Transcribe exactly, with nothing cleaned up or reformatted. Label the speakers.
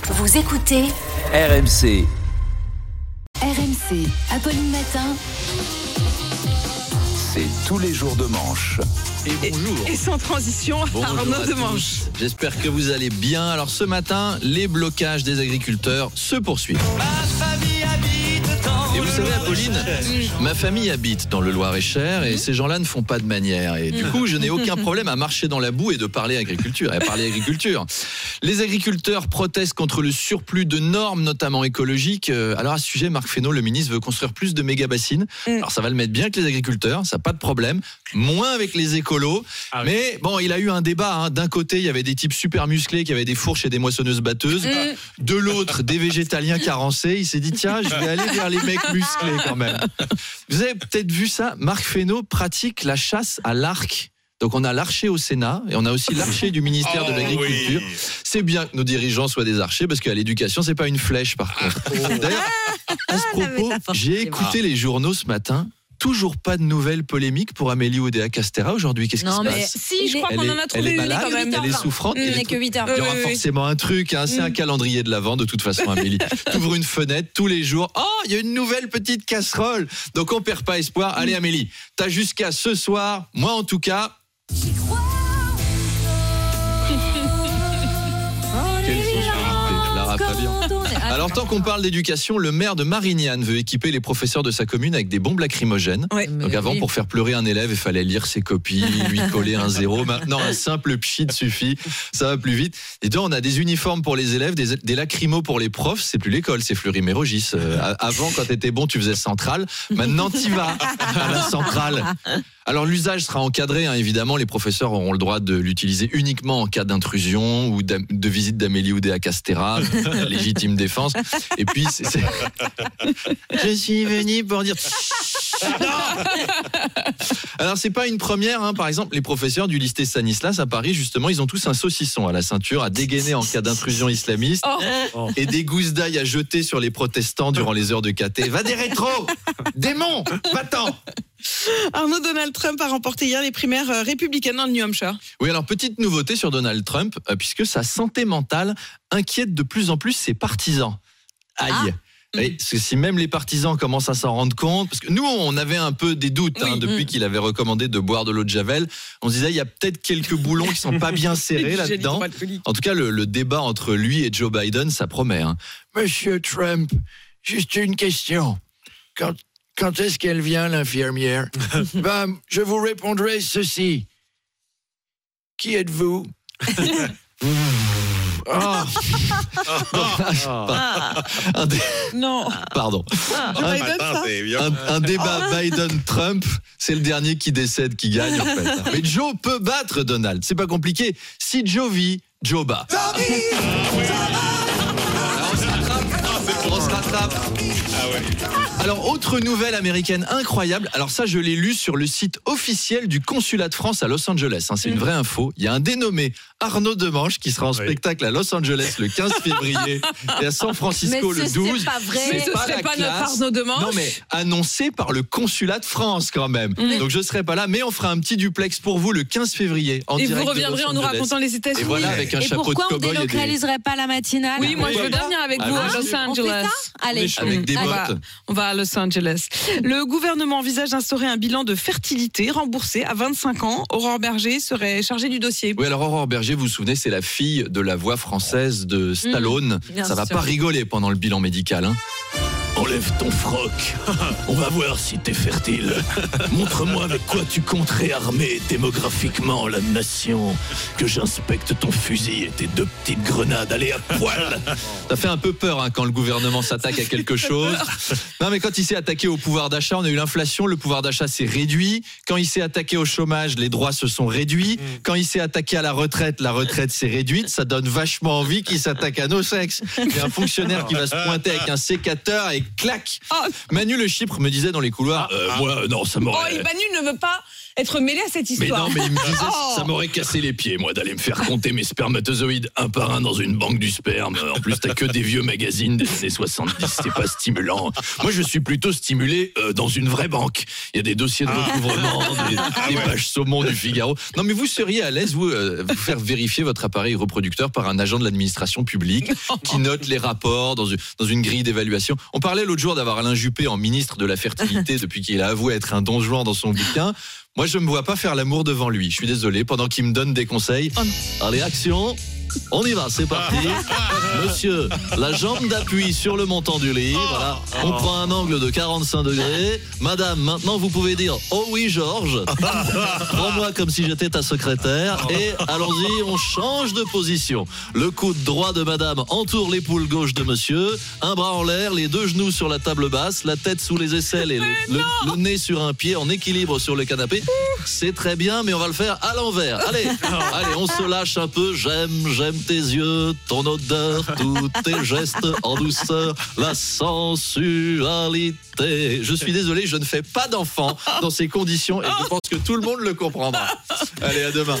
Speaker 1: Vous écoutez
Speaker 2: R M C.
Speaker 1: R M C, Apolline Matin.
Speaker 2: C'est tous les jours de manche.
Speaker 3: Et bonjour.
Speaker 4: Et sans transition,
Speaker 3: Bonjour
Speaker 4: Arnaud
Speaker 3: à
Speaker 4: de Manche.
Speaker 3: tous. J'espère que vous allez bien. Alors ce matin, les blocages des agriculteurs se poursuivent. Et vous savez, Apolline, ma famille habite dans le Loir-et-Cher et ces gens-là ne font pas de manière. Et du coup, je n'ai aucun problème à marcher dans la boue et de parler agriculture. Et à parler agriculture. Les agriculteurs protestent contre le surplus de normes, notamment écologiques. Alors à ce sujet, Marc Fesneau, le ministre, veut construire plus de méga-bassines. Alors ça va le mettre bien avec les agriculteurs, ça pas de problème. Moins avec les écolos. Ah oui. Mais bon, il a eu un débat. Hein. D'un côté, il y avait des types super musclés qui avaient des fourches et des moissonneuses-batteuses. Mmh. De l'autre, des végétaliens carencés. Il s'est dit, tiens, je vais aller vers les mecs musclés quand même. Vous avez peut-être vu ça, Marc Fesneau pratique la chasse à l'arc. Donc on a l'archer au Sénat et on a aussi l'archer du ministère oh, de l'Agriculture. Oui. C'est bien que nos dirigeants soient des archers parce qu'à l'éducation, c'est pas une flèche par contre. Oh. D'ailleurs, à ce propos, j'ai écouté les journaux ce matin. Toujours pas de nouvelles polémiques pour Amélie Oudéa-Castéra aujourd'hui. Qu'est-ce
Speaker 4: non,
Speaker 3: qui se
Speaker 4: mais
Speaker 3: passe?
Speaker 4: Si, je crois qu'on
Speaker 3: est,
Speaker 4: en a trouvé
Speaker 3: une
Speaker 4: une quand même.
Speaker 3: Elle est souffrante.
Speaker 4: Mmh, il n'y a que huit heures.
Speaker 3: Il y aura
Speaker 4: oui,
Speaker 3: forcément oui. un truc. Hein, c'est mmh. un calendrier de l'Avent de toute façon, Amélie. Tu ouvres une fenêtre tous les jours. Oh, il y a une nouvelle petite casserole. Donc on perd pas espoir. Allez Amélie, t'as jusqu'à ce soir. Moi en tout cas. J'y crois. Quelle sensualité, Lara Fabian. Alors tant qu'on parle d'éducation, le maire de Marignane veut équiper les professeurs de sa commune avec des bombes lacrymogènes. Ouais, Donc avant, oui. pour faire pleurer un élève, il fallait lire ses copies, lui coller un zéro. Maintenant, un simple pchit suffit, ça va plus vite. Et donc, on a des uniformes pour les élèves, des, des lacrymos pour les profs. C'est plus l'école, c'est Fleury-Mérogis. Euh, avant, quand t'étais bon, tu faisais centrale. Maintenant, t'y vas à la centrale. Alors l'usage sera encadré, hein, évidemment, les professeurs auront le droit de l'utiliser uniquement en cas d'intrusion ou de visite d'Amélie Oudéa-Castéra, légitime défense. Et puis, c'est, c'est... je suis venu pour dire... Non. Alors c'est pas une première, hein. Par exemple, les professeurs du lycée Stanislas à Paris, justement, ils ont tous un saucisson à la ceinture à dégainer en cas d'intrusion islamiste oh. et des gousses d'ail à jeter sur les protestants durant les heures de caté. Va des rétros, démon, va-t'en.
Speaker 4: Arnaud, Donald Trump a remporté hier les primaires républicaines dans le New Hampshire.
Speaker 3: Oui, alors petite nouveauté sur Donald Trump, euh, puisque sa santé mentale inquiète de plus en plus ses partisans. Aïe. Ah. Et parce que si même les partisans commencent à s'en rendre compte, parce que nous on avait un peu des doutes hein, oui, depuis mmh. qu'il avait recommandé de boire de l'eau de Javel, on se disait il y a peut-être quelques boulons qui sont pas bien serrés là-dedans. En tout cas le, le débat entre lui et Joe Biden, ça promet. Hein. Monsieur Trump, juste une question. Quand, quand est-ce qu'elle vient l'infirmière? Ben, je vous répondrai ceci. Qui êtes-vous? Oh.
Speaker 4: Ah.
Speaker 3: Un dé...
Speaker 4: Non.
Speaker 3: Pardon.
Speaker 4: Ah.
Speaker 3: Un,
Speaker 4: Biden, ça
Speaker 3: un, un débat oh. Biden-Trump, c'est le dernier qui décède qui gagne en fait. Mais Joe peut battre Donald. C'est pas compliqué. Si Joe vit, Joe bat. On se rattrape. Ah ouais. Alors, autre nouvelle américaine incroyable. Alors ça, je l'ai lu sur le site officiel du consulat de France à Los Angeles. Hein, c'est une vraie info. Il y a un dénommé Arnaud de Manche qui sera en oui. spectacle à Los Angeles le quinze février et à San Francisco
Speaker 4: mais
Speaker 3: le douze.
Speaker 4: C'est pas vrai. Mais ce serait pas, pas notre Arnaud de Manche.
Speaker 3: Non mais annoncé par le consulat de France quand même. Mmh. Donc je serai pas là, mais on fera un petit duplex pour vous le quinze février. En
Speaker 4: et
Speaker 3: direct
Speaker 4: vous reviendrez en nous racontant les États-Unis.
Speaker 3: Et voilà avec un
Speaker 5: et
Speaker 3: chapeau de
Speaker 5: pourquoi
Speaker 3: cow-boy.
Speaker 5: on délocaliserait pas la matinale?
Speaker 4: Oui, moi je veux bien venir avec vous à Los Angeles.
Speaker 5: Allez,
Speaker 3: avec des
Speaker 4: on va, on va à Los Angeles. Le gouvernement envisage d'instaurer un bilan de fertilité remboursé à vingt-cinq ans. Aurore Berger serait chargée du dossier.
Speaker 3: Oui, alors Aurore Berger, vous vous souvenez, c'est la fille de la voix française de Stallone. Mmh, Ça va sûr. pas rigoler pendant le bilan médical. Hein. Enlève ton froc. On va voir si t'es fertile. Montre-moi avec quoi tu comptes réarmer démographiquement la nation. Que j'inspecte ton fusil et tes deux petites grenades. Allez, à poil. Ça fait un peu peur hein, quand le gouvernement s'attaque à quelque chose. Non, mais quand il s'est attaqué au pouvoir d'achat, on a eu l'inflation. Le pouvoir d'achat s'est réduit. Quand il s'est attaqué au chômage, les droits se sont réduits. Quand il s'est attaqué à la retraite, la retraite s'est réduite. Ça donne vachement envie qu'il s'attaque à nos sexes. Il y a un fonctionnaire qui va se pointer avec un sécateur et clac. Oh. Manu Le Chypre me disait dans les couloires, euh, moi non ça m'aurait.
Speaker 4: Oh, Manu ne veut pas être mêlé à cette
Speaker 3: Mais
Speaker 4: histoire.
Speaker 3: non, mais il me disait, ça m'aurait cassé les pieds, moi, d'aller me faire compter mes spermatozoïdes un par un dans une banque du sperme. En plus, t'as que des vieux magazines des années soixante-dix, c'est pas stimulant. Moi, je suis plutôt stimulé euh, dans une vraie banque. Il y a des dossiers de recouvrement, des, des pages saumon du Figaro. Non, mais vous seriez à l'aise, vous, euh, vous faire vérifier votre appareil reproducteur par un agent de l'administration publique qui note les rapports dans une, dans une grille d'évaluation. On parlait l'autre jour d'avoir Alain Juppé en ministre de la Fertilité depuis qu'il a avoué être un don Juan dans son bouquin. Moi, je me vois pas faire l'amour devant lui. Je suis désolé, pendant qu'il me donne des conseils. Allez, action! On y va, c'est parti. Monsieur, la jambe d'appui sur le montant du lit. Voilà. On prend un angle de quarante-cinq degrés. Madame, maintenant vous pouvez dire « Oh oui, Georges ». Prends-moi comme si j'étais ta secrétaire. Et allons-y, on change de position. Le coude droit de madame entoure l'épaule gauche de monsieur. Un bras en l'air, les deux genoux sur la table basse, la tête sous les aisselles et le, le, le nez sur un pied en équilibre sur le canapé. C'est très bien, mais on va le faire à l'envers. Allez, allez, on se lâche un peu. J'aime, j'aime tes yeux, ton odeur, tous tes gestes en douceur, la sensualité. Je suis désolé, je ne fais pas d'enfant dans ces conditions et je pense que tout le monde le comprendra. Allez, à demain.